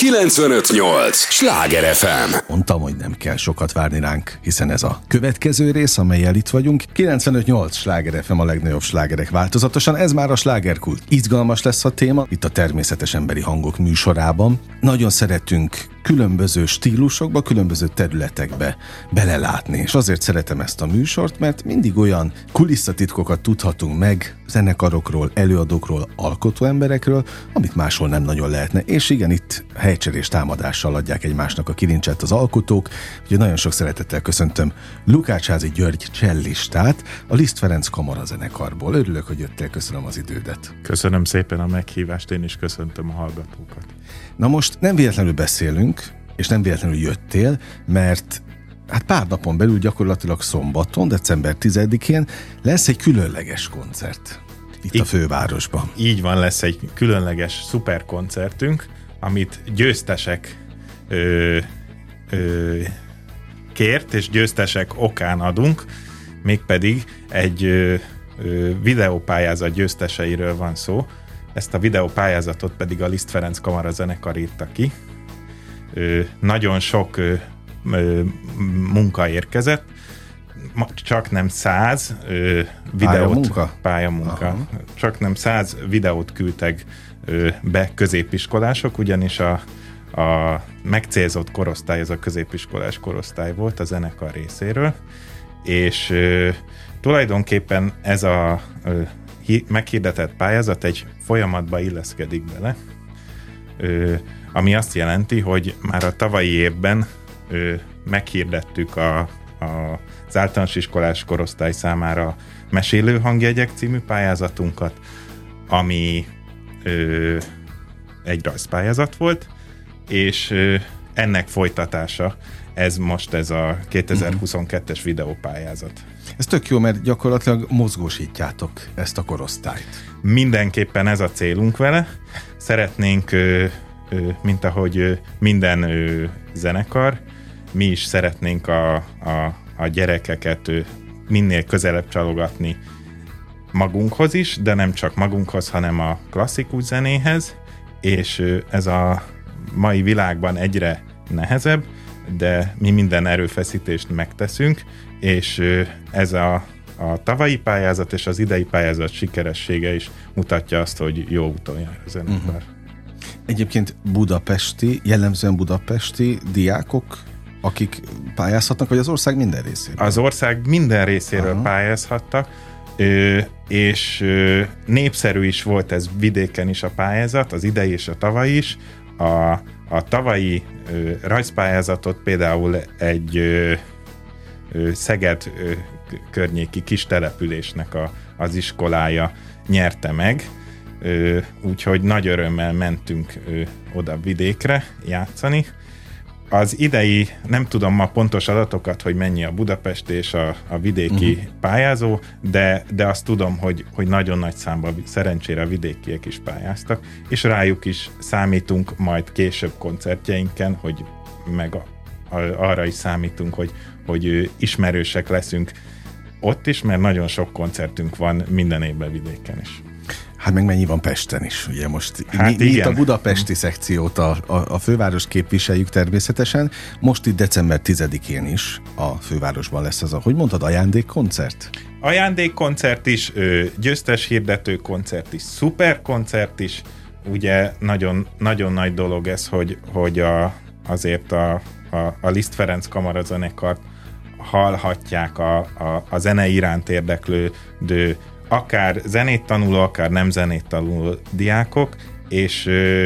95.8 Sláger FM. Mondtam, hogy nem kell sokat várni ránk, hiszen ez a következő rész, amellyel itt vagyunk. 95.8 Sláger FM, a legnagyobb slágerek változatosan. Ez már a slágerkult. Izgalmas lesz a téma, itt a Természetes Emberi Hangok műsorában. Nagyon szeretünk különböző stílusokba, különböző területekbe belelátni, és azért szeretem ezt a műsort, mert mindig olyan kulisszatitkokat tudhatunk meg zenekarokról, előadókról, alkotó emberekről, amit máshol nem nagyon lehetne. És igen, itt helycserés támadással adják egymásnak a kilincset az alkotók. Ugye nagyon sok szeretettel köszöntöm Lukácsázy György csellistát, a Liszt Ferenc kamarazenekarból. Örülök, hogy jöttél, köszönöm az idődet. Köszönöm szépen a meghívást, én is köszöntöm a hallgatókat. Na most nem véletlenül beszélünk, és nem véletlenül jöttél, mert hát pár napon belül, gyakorlatilag szombaton, december 10-én lesz egy különleges koncert itt a fővárosban. Így van, lesz egy különleges szuperkoncertünk, amit győztesek kért, és győztesek okán adunk, mégpedig egy videópályázat győzteseiről van szó. Ezt a videópályázatot pedig a Liszt Ferenc kamarazenekar írta ki. Nagyon sok munka érkezett, csak nem 100 videót, pályamunka. Csak nem 100 videót küldtek be középiskolások, ugyanis a megcélzott korosztály, ez a középiskolás korosztály volt a zenekar részéről, és tulajdonképpen ez a meghirdetett pályázat egy folyamatba illeszkedik bele, ami azt jelenti, hogy már a tavalyi évben meghirdettük az általános iskolás korosztály számára Mesélő hangjegyek című pályázatunkat, ami egy rajzpályázat volt, és ennek folytatása ez most ez a 2022-es videópályázat. Ez tök jó, mert gyakorlatilag mozgósítjátok ezt a korosztályt. Mindenképpen ez a célunk vele. Szeretnénk, mint ahogy minden zenekar, mi is szeretnénk a gyerekeket minél közelebb csalogatni magunkhoz is, de nem csak magunkhoz, hanem a klasszikus zenéhez, és ez a mai világban egyre nehezebb, de mi minden erőfeszítést megteszünk, és ez a tavalyi pályázat és az idei pályázat sikeressége is mutatja azt, hogy jó úton jár a zenekar. Egyébként jellemzően budapesti diákok, akik pályázhatnak, vagy az ország minden részéről? Az ország minden részéről pályázhattak, és népszerű is volt ez vidéken is a pályázat, az idei és a tavalyi is. A tavalyi rajzpályázatot például egy Szeged környéki kis településnek az iskolája nyerte meg, úgyhogy nagy örömmel mentünk oda vidékre játszani. Az idei, nem tudom ma pontos adatokat, hogy mennyi a Budapest és a vidéki pályázó, de azt tudom, hogy nagyon nagy számban szerencsére a vidékiek is pályáztak, és rájuk is számítunk majd később koncertjeinken, hogy meg arra is számítunk, hogy ismerősek leszünk ott is, mert nagyon sok koncertünk van minden évben vidéken is. Hát meg mennyi van Pesten is, ugye most mi itt a budapesti szekciót a főváros képviseljük természetesen. Most itt december 10-én is a fővárosban lesz ez hogy mondtad, ajándékkoncert? Ajándékkoncert is, győztes hirdető koncert is, szuperkoncert is. Ugye nagyon, nagyon nagy dolog ez, hogy azért a Liszt Ferenc kamarazenekart hallhatják a zene iránt érdeklődő akár zenét tanuló, akár nem zenét tanuló diákok, és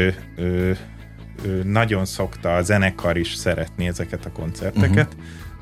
nagyon szokta a zenekar is szeretni ezeket a koncerteket.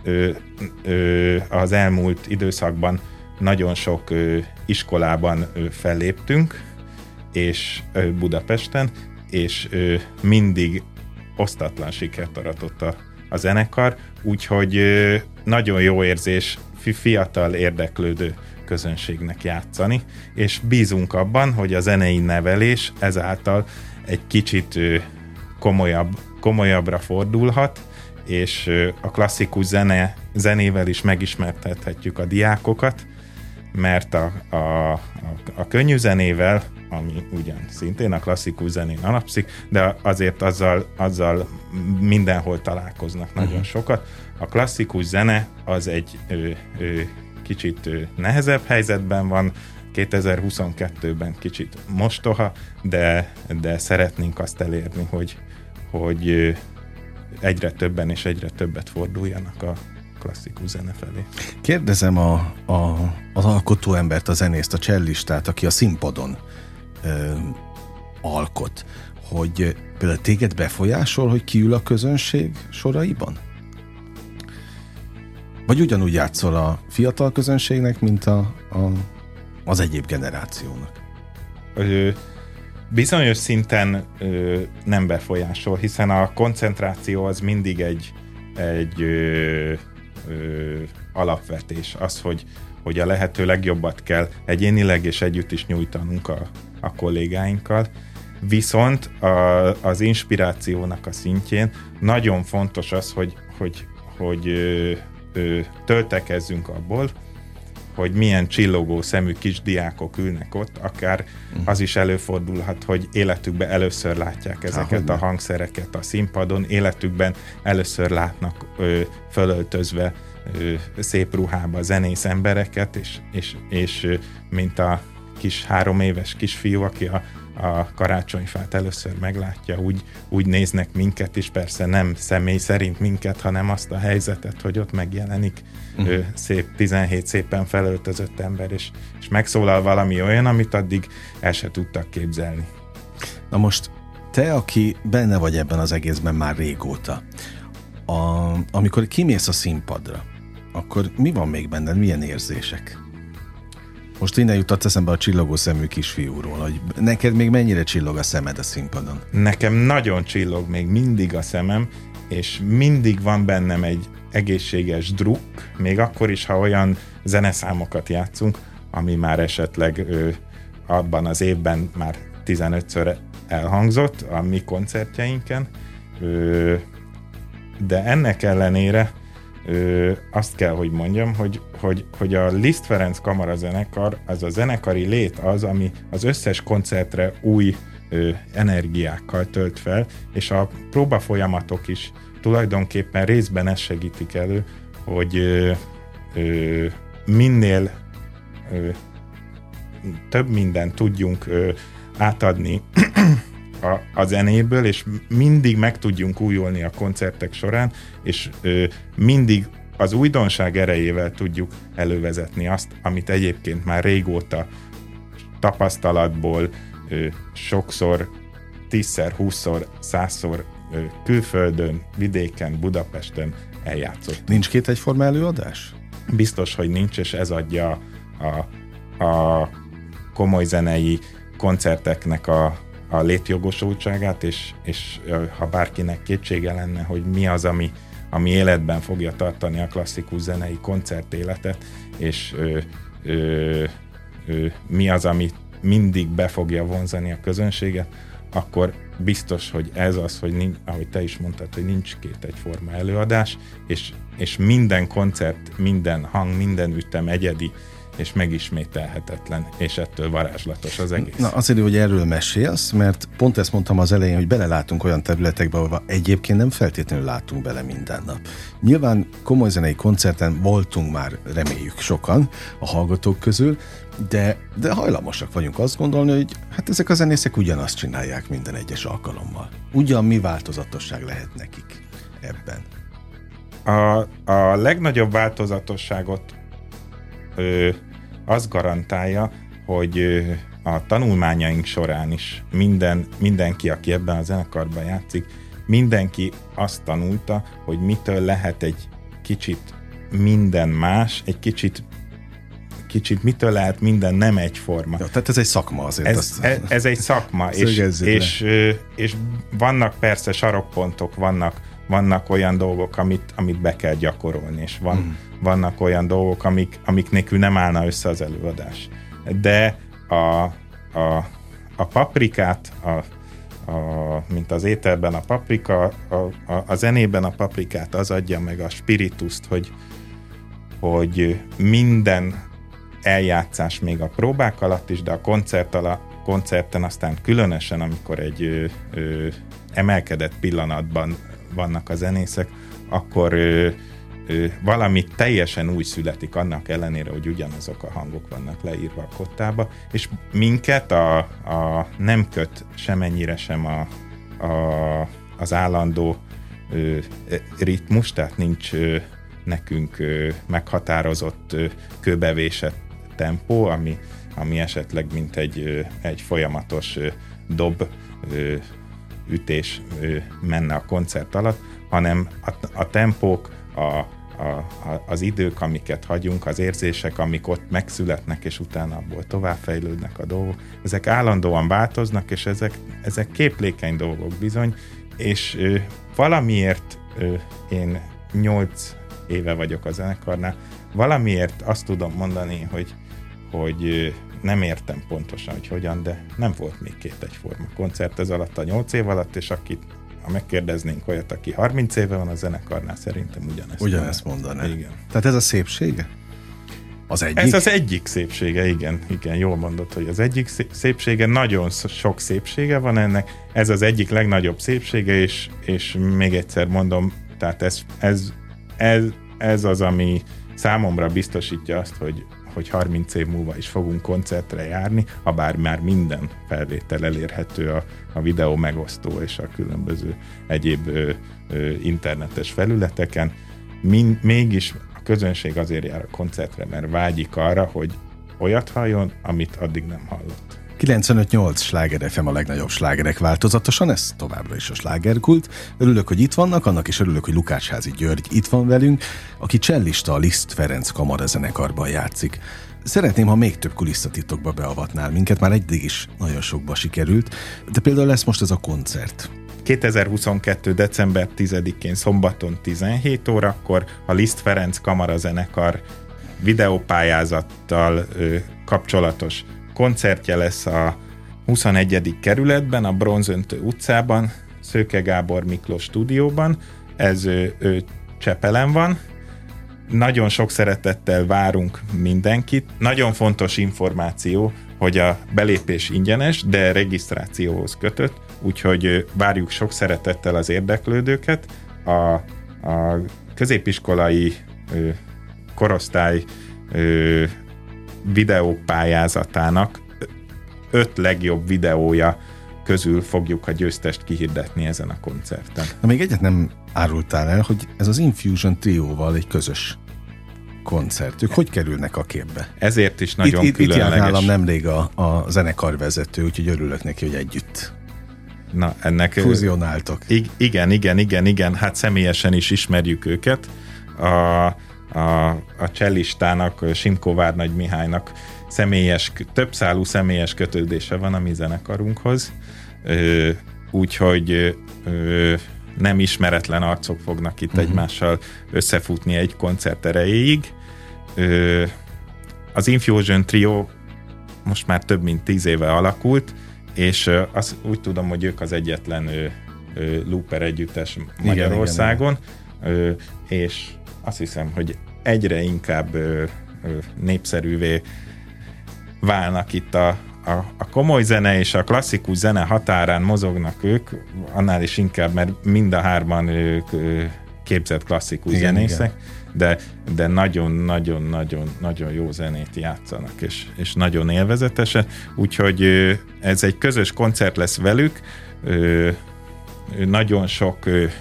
Az elmúlt időszakban nagyon sok iskolában felléptünk, és Budapesten, és mindig osztatlan sikert aratott a zenekar, úgyhogy nagyon jó érzés fiatal érdeklődő közönségnek játszani, és bízunk abban, hogy a zenei nevelés ezáltal egy kicsit komolyabbra fordulhat, és a klasszikus zenével is megismertethetjük a diákokat, mert a könnyű zenével, ami ugyan szintén a klasszikus zenén alapszik, de azért azzal mindenhol találkoznak nagyon sokat. A klasszikus zene az egy kicsit nehezebb helyzetben van, 2022-ben kicsit mostoha, de szeretnénk azt elérni, hogy egyre többen és egyre többet forduljanak a klasszikus zene felé. Kérdezem az alkotó embert, a zenészt, a csellistát, aki a színpadon alkot, hogy például téged befolyásol, hogy kiül a közönség soraiban? Vagy ugyanúgy játszol a fiatal közönségnek, mint az egyéb generációnak? Bizonyos szinten nem befolyásol, hiszen a koncentráció az mindig egy alapvetés. Az, hogy a lehető legjobbat kell egyénileg és együtt is nyújtanunk a kollégáinkkal. Viszont az inspirációnak a szintjén nagyon fontos az, hogy töltekezzünk abból, hogy milyen csillogó szemű kis diákok ülnek ott, akár az is előfordulhat, hogy életükben először látják ezeket a hangszereket a színpadon, életükben először látnak fölöltözve szép ruhába zenész embereket, és mint a kis 3 éves kisfiú, aki a karácsonyfát először meglátja, úgy néznek minket is, persze nem személy szerint minket, hanem azt a helyzetet, hogy ott megjelenik szép 17 szépen felöltözött ember, és megszólal valami olyan, amit addig el se tudtak képzelni. Na most te, aki benne vagy ebben az egészben már régóta, amikor kimész a színpadra, akkor mi van még benned, milyen érzések? Most innen jutott eszembe a csillogó szemű kisfiúról, hogy neked még mennyire csillog a szemed a színpadon? Nekem nagyon csillog még mindig a szemem, és mindig van bennem egy egészséges drukk, még akkor is, ha olyan zeneszámokat játszunk, ami már esetleg abban az évben már 15-ször elhangzott a mi koncertjeinken, de ennek ellenére azt kell, hogy mondjam, hogy a Liszt Ferenc Kamarazenekar, az a zenekari lét az, ami az összes koncertre új energiákkal tölt fel, és a próbafolyamatok is tulajdonképpen részben ezt segítik elő, hogy minél több mindent tudjunk átadni a zenéből, és mindig meg tudjunk újulni a koncertek során, és mindig az újdonság erejével tudjuk elővezetni azt, amit egyébként már régóta tapasztalatból sokszor 10-szer, 20-szor, 100-szor külföldön, vidéken, Budapesten eljátszott. Nincs két egyforma előadás? Biztos, hogy nincs, és ez adja a komoly zenei koncerteknek a létjogosultságát, és ha bárkinek kétsége lenne, hogy mi az, ami életben fogja tartani a klasszikus zenei koncertéletet, és mi az, ami mindig be fogja vonzani a közönséget, akkor biztos, hogy ez az, hogy ahogy te is mondtad, hogy nincs két egyforma előadás, és minden koncert, minden hang, minden ütem egyedi, és megismételhetetlen, és ettől varázslatos az egész. Na, azért, hogy erről mesélsz, mert pont ezt mondtam az elején, hogy belelátunk olyan területekbe, ahol egyébként nem feltétlenül látunk bele minden nap. Nyilván komoly zenei koncerten voltunk már, reméljük sokan a hallgatók közül, de hajlamosak vagyunk azt gondolni, hogy hát ezek a zenészek ugyanazt csinálják minden egyes alkalommal. Ugyan mi változatosság lehet nekik ebben? A legnagyobb változatosságot azt garantálja, hogy a tanulmányaink során is mindenki, aki ebben a zenekarban játszik, mindenki azt tanulta, hogy mitől lehet egy kicsit minden más, egy kicsit mitől lehet minden nem egyforma. Ja, tehát ez egy szakma azért. Ez egy szakma, és vannak persze sarokpontok, vannak olyan dolgok, amit be kell gyakorolni, és vannak olyan dolgok, amik nélkül nem állna össze az előadás. De a paprikát, mint az ételben a paprika, a zenében a paprikát az adja meg a spirituszt, hogy minden eljátszás még a próbák alatt is, de a koncerten aztán különösen, amikor egy emelkedett pillanatban vannak a zenészek, akkor valami teljesen új születik, annak ellenére, hogy ugyanazok a hangok vannak leírva a kottába, és minket nem köt semennyire sem az állandó ritmus, tehát nincs nekünk meghatározott kőbevésett tempó, ami esetleg mint egy folyamatos dob ütés menne a koncert alatt, hanem a tempók, az idők, amiket hagyunk, az érzések, amik ott megszületnek, és utána abból továbbfejlődnek a dolgok, ezek állandóan változnak, és ezek képlékeny dolgok bizony, és valamiért én 8 éve vagyok a zenekarnál, valamiért azt tudom mondani, hogy nem értem pontosan, hogy hogyan, de nem volt még két egyforma koncert ez alatt a 8 év alatt, és ha megkérdeznénk olyat, aki 30 éve van a zenekarnál, szerintem ugyanezt mondaná. Igen. Tehát ez a szépsége? Az egyik? Ez az egyik szépsége, igen, jól mondod, hogy az egyik szépsége, nagyon sok szépsége van ennek, ez az egyik legnagyobb szépsége, és még egyszer mondom, tehát ez az, ami számomra biztosítja azt, hogy 30 év múlva is fogunk koncertre járni, habár már minden felvétel elérhető a videó megosztó és a különböző egyéb internetes felületeken. Mégis a közönség azért jár a koncertre, mert vágyik arra, hogy olyat halljon, amit addig nem hallott. 95.8 Sláger FM a legnagyobb slágerek változatosan, ez továbbra is a slágerkult. Örülök, hogy itt vannak, annak is örülök, hogy Lukácsházi György itt van velünk, aki csellista a Liszt Ferenc kamarazenekarban játszik. Szeretném, ha még több kulisszatitokba beavatnál minket, már eddig is nagyon sokba sikerült, de például lesz most ez a koncert. 2022. december 10-én szombaton 17 órakor a Liszt Ferenc kamarazenekar videópályázattal kapcsolatos koncertje lesz a 21. kerületben, a Bronzöntő utcában, Szőke Gábor Miklós stúdióban. Ez Csepelen van. Nagyon sok szeretettel várunk mindenkit. Nagyon fontos információ, hogy a belépés ingyenes, de regisztrációhoz kötött, úgyhogy várjuk sok szeretettel az érdeklődőket. A középiskolai korosztály videópályázatának 5 legjobb videója közül fogjuk a győztest kihirdetni ezen a koncerten. Na, még egyet nem árultál el, hogy ez az Infusion Trióval egy közös koncert. Ők hogy kerülnek a képbe? Ezért is nagyon itt különleges. Itt járt nálam nemrég a zenekarvezető, úgyhogy örülök neki, hogy együtt fúzionáltok. Igen, hát személyesen is ismerjük őket. A cellistának, Simko Várnagy Mihálynak többszálú személyes kötődése van a mi zenekarunkhoz, úgyhogy nem ismeretlen arcok fognak itt egymással összefutni egy koncert erejéig. Az Infusion Trio most már több mint 10 éve alakult, és úgy tudom, hogy ők az egyetlen looper együttes Magyarországon, és azt hiszem, hogy egyre inkább népszerűvé válnak itt a komoly zene és a klasszikus zene határán mozognak ők, annál is inkább, mert mind a hárman ők képzett klasszikus zenészek, de nagyon jó zenét játszanak, és nagyon élvezetesen, úgyhogy ez egy közös koncert lesz velük, nagyon sok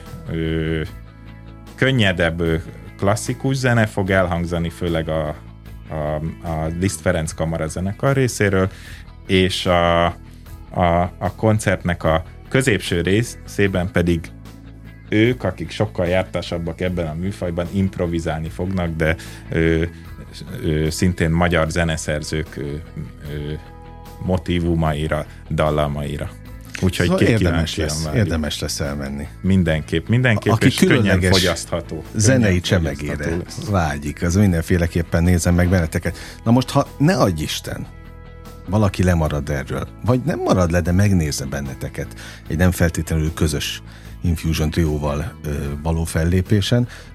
könnyedebb klasszikus zene fog elhangzani, főleg a Liszt Ferenc kamarazenekar részéről, és a koncertnek a középső részében pedig ők, akik sokkal jártasabbak ebben a műfajban, improvizálni fognak, de szintén magyar zeneszerzők motívumaira, dallamaira. Úgyhogy szóval érdemes lesz elmenni. Mindenképp, aki és könnyen fogyasztható. Zenei csemegére vágyik, az mindenféleképpen nézem meg benneteket. Na most, ha ne adj Isten, valaki lemarad erről, vagy nem marad le, de megnézze benneteket egy nem feltétlenül közös Infusion Trióval való fellépésen,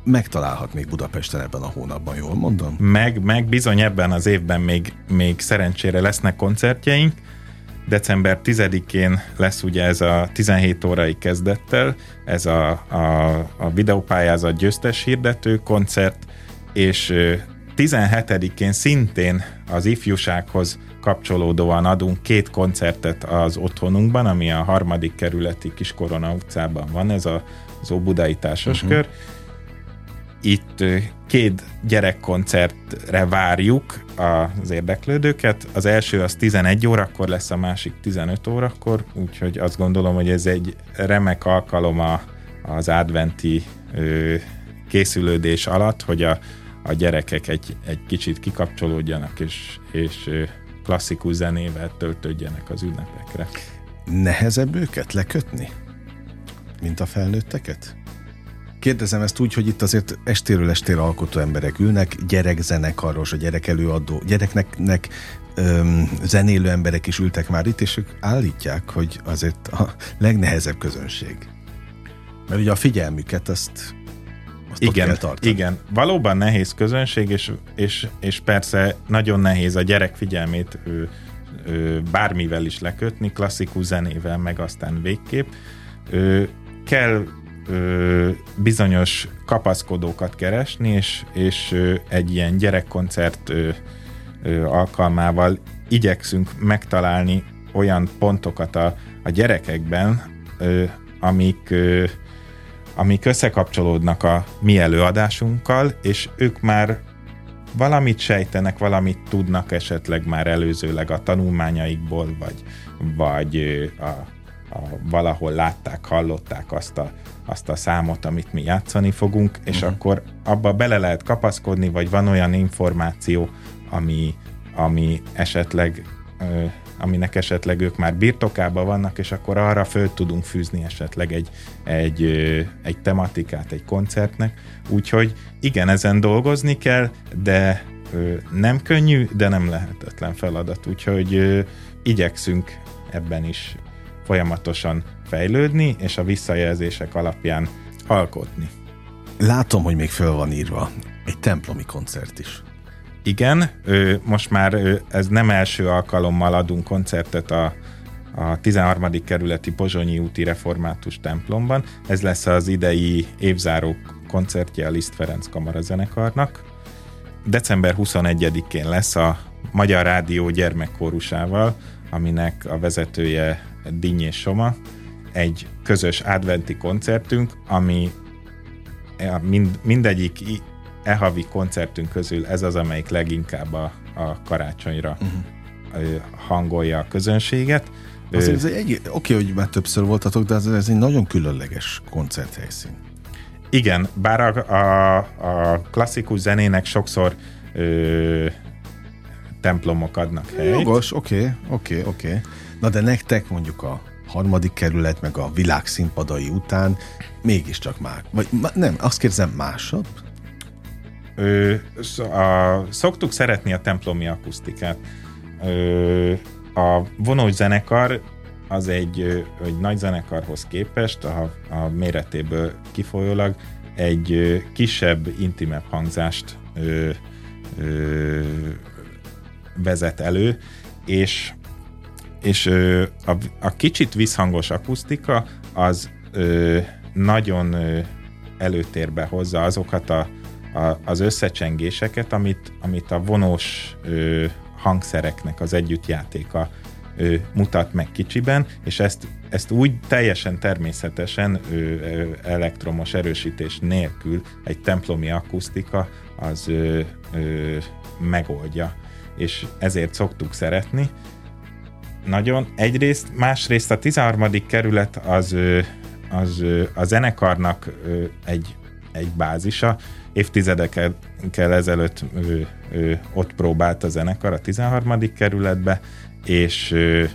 megtalálhat még Budapesten ebben a hónapban, jól mondom? Meg bizony ebben az évben még szerencsére lesznek koncertjeink. December 10-én lesz ugye ez a 17 órai kezdettel, ez a videópályázat győztes hirdető koncert, és 17-én szintén az ifjúsághoz kapcsolódóan adunk 2 koncertet az otthonunkban, ami a 3. kerületi Kiskorona utcában van, ez az Óbudai Társaskör. Itt 2 gyerekkoncertre várjuk az érdeklődőket. Az első az 11 órakor lesz, a másik 15 órakor, úgyhogy azt gondolom, hogy ez egy remek alkalom az adventi készülődés alatt, hogy a gyerekek egy kicsit kikapcsolódjanak, és klasszikus zenével töltődjenek az ünnepekre. Nehezebb őket lekötni, mint a felnőtteket? Kérdezem ezt úgy, hogy itt azért estéről estére alkotó emberek ülnek, gyerekzenekarros, a gyereknek zenélő emberek is ültek már itt, és ők állítják, hogy azért a legnehezebb közönség. Mert ugye a figyelmüket azt ott kell tartani. Igen, valóban nehéz közönség, és persze nagyon nehéz a gyerek figyelmét bármivel is lekötni, klasszikus zenével, meg aztán végképp. Kell bizonyos kapaszkodókat keresni, és egy ilyen gyerekkoncert alkalmával igyekszünk megtalálni olyan pontokat a gyerekekben, amik összekapcsolódnak a mi előadásunkkal, és ők már valamit sejtenek, valamit tudnak esetleg már előzőleg a tanulmányaikból, vagy valahol látták, hallották azt a számot, amit mi játszani fogunk, és akkor abba bele lehet kapaszkodni, vagy van olyan információ, ami aminek esetleg ők már birtokában vannak, és akkor arra föl tudunk fűzni esetleg egy tematikát egy koncertnek. Úgyhogy igen, ezen dolgozni kell, de nem könnyű, de nem lehetetlen feladat. Úgyhogy igyekszünk ebben is folyamatosan fejlődni, és a visszajelzések alapján alkotni. Látom, hogy még föl van írva egy templomi koncert is. Igen, most már ez nem első alkalommal adunk koncertet a 13. kerületi Pozsonyi úti református templomban. Ez lesz az idei évzáró koncertje a Liszt Ferenc kamarazenekarnak. December 21-én lesz a Magyar Rádió gyermekkórusával, aminek a vezetője Dinnyés Soma, egy közös adventi koncertünk, ami mindegyik havi koncertünk közül ez az, amelyik leginkább a karácsonyra hangolja a közönséget. Azért oké, hogy már többször voltatok, de ez egy nagyon különleges koncerthelyszín. Igen, bár a klasszikus zenének sokszor templomok adnak helyt. Jogos, oké. Na de nektek mondjuk a 3. kerület, meg a világ színpadai után mégiscsak már, vagy nem, azt kérdezem, másabb? Szoktuk szeretni a templomi akusztikát. A vonós zenekar az egy nagy zenekarhoz képest a méretéből kifolyólag egy kisebb, intimebb hangzást vezet elő, és a kicsit visszhangos akusztika az nagyon előtérbe hozza azokat az összecsengéseket, amit a vonós hangszereknek az együttjátéka mutat meg kicsiben, és ezt úgy teljesen természetesen elektromos erősítés nélkül egy templomi akusztika az megoldja, és ezért szoktuk szeretni. Nagyon egyrészt, másrészt a 13. kerület az a zenekarnak egy bázisa. Évtizedekkel ezelőtt ott próbált a zenekar a 13. kerületbe, és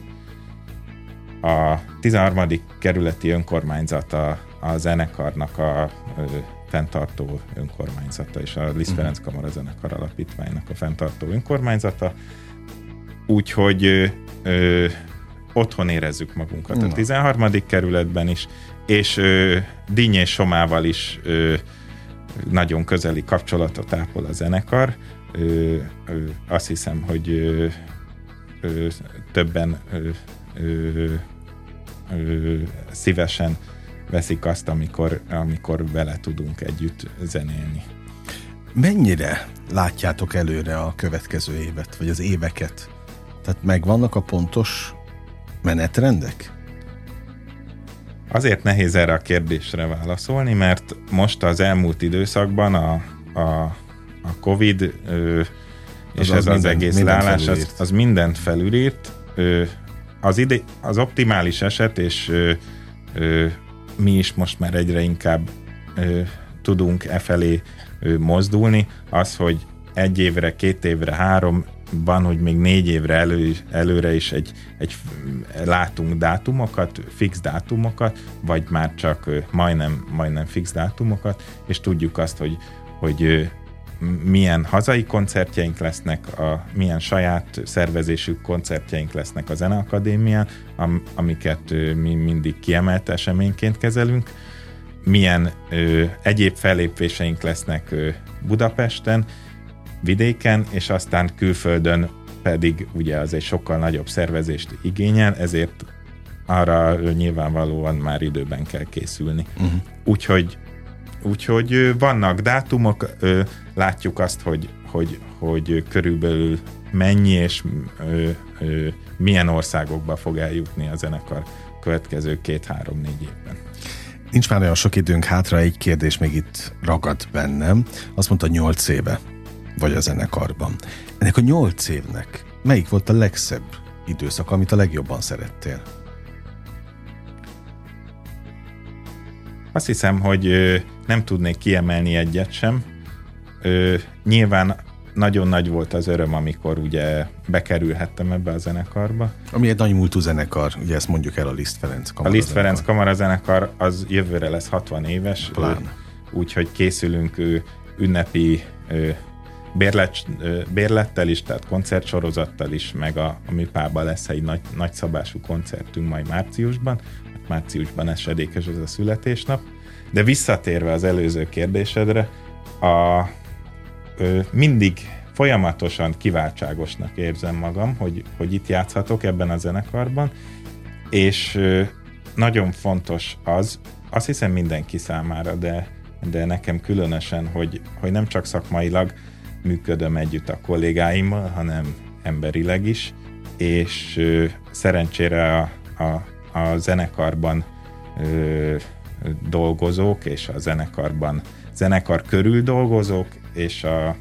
a 13. kerületi önkormányzata a zenekarnak a fenntartó önkormányzata, és a Liszt Ferenc kamarazenekar alapítványnak a fenntartó önkormányzata. Úgyhogy otthon érezzük magunkat a 13. kerületben is, és Dinnyés Somával is nagyon közeli kapcsolatot ápol a zenekar. Azt hiszem, hogy többen szívesen veszik azt, amikor vele tudunk együtt zenélni. Mennyire látjátok előre a következő évet, vagy az éveket? Tehát megvannak a pontos menetrendek? Azért nehéz erre a kérdésre válaszolni, mert most az elmúlt időszakban a Covid és ez az egész leállás, az mindent felülírt. Az optimális eset, és mi is most már egyre inkább tudunk efelé mozdulni, az, hogy 1 évre, 2 évre, 3, van, hogy még 4 évre előre is látunk dátumokat, fix dátumokat, vagy már csak majdnem fix dátumokat, és tudjuk azt, hogy milyen hazai koncertjeink lesznek, milyen saját szervezésű koncertjeink lesznek a Zeneakadémián, amiket mi mindig kiemelt eseményként kezelünk, milyen egyéb fellépéseink lesznek Budapesten, vidéken, és aztán külföldön pedig ugye az egy sokkal nagyobb szervezést igényel, ezért arra nyilvánvalóan már időben kell készülni. Úgyhogy vannak dátumok, látjuk azt, hogy körülbelül mennyi és milyen országokba fog eljutni a zenekar következő 2-3-4 évben. Nincs már olyan sok időnk hátra, egy kérdés még itt ragad bennem. Azt mondta, 8 éve vagy a zenekarban. Ennek a 8 évnek melyik volt a legszebb időszak, amit a legjobban szerettél? Azt hiszem, hogy nem tudnék kiemelni egyet sem. Nyilván nagyon nagy volt az öröm, amikor ugye bekerülhettem ebbe a zenekarba. Ami egy nagy múltú zenekar, ugye ezt mondjuk el, a Liszt Ferenc Kamara. A Liszt Ferenc Kamara zenekar az jövőre lesz 60 éves, úgyhogy készülünk ünnepi bérlettel is, tehát koncertsorozattal is, meg a MIPA-ban lesz egy nagyszabású koncertünk majd márciusban. Márciusban esedékes ez a születésnap. De visszatérve az előző kérdésedre, mindig folyamatosan kiváltságosnak érzem magam, hogy itt játszhatok ebben a zenekarban, és nagyon fontos azt hiszem mindenki számára, de nekem különösen, hogy nem csak szakmailag működöm együtt a kollégáimmal, hanem emberileg is, és szerencsére a zenekarban dolgozók, és a zenekar körül dolgozók, és a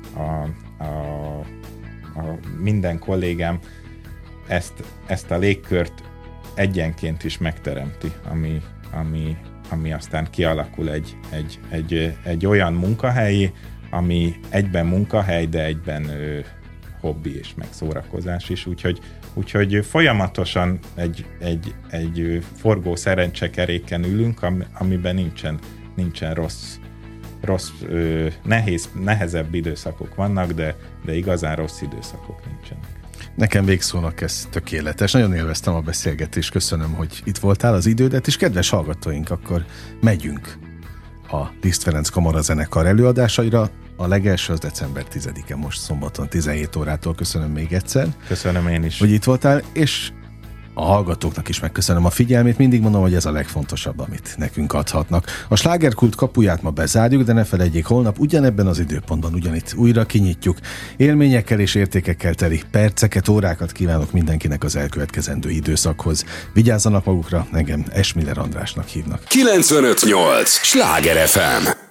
minden kollégám ezt a légkört egyenként is megteremti, ami aztán kialakul egy olyan munkahely, ami egyben munkahely, de egyben hobbi és megszórakozás is, úgyhogy folyamatosan egy forgó szerencsekeréken ülünk, amiben nincsen rossz nehezebb időszakok vannak, de igazán rossz időszakok nincsenek. Nekem végszónak ez tökéletes. Nagyon élveztem a beszélgetést, köszönöm, hogy itt voltál, az idődet, és kedves hallgatóink, akkor megyünk a Liszt Ferenc Kamara zenekar előadásaira. A legelső az december 10-e, most szombaton 17 órától. Köszönöm még egyszer. Köszönöm én is. Hogy itt voltál, és a hallgatóknak is megköszönöm a figyelmét. Mindig mondom, hogy ez a legfontosabb, amit nekünk adhatnak. A Slágerkult kapuját ma bezárjuk, de ne felejtjék, holnap ugyanebben az időpontban ugyanitt újra kinyitjuk. Élményekkel és értékekkel teli perceket, órákat kívánok mindenkinek az elkövetkezendő időszakhoz. Vigyázzanak magukra, engem Esmiller Andrásnak hívnak. 95.8 Sláger FM.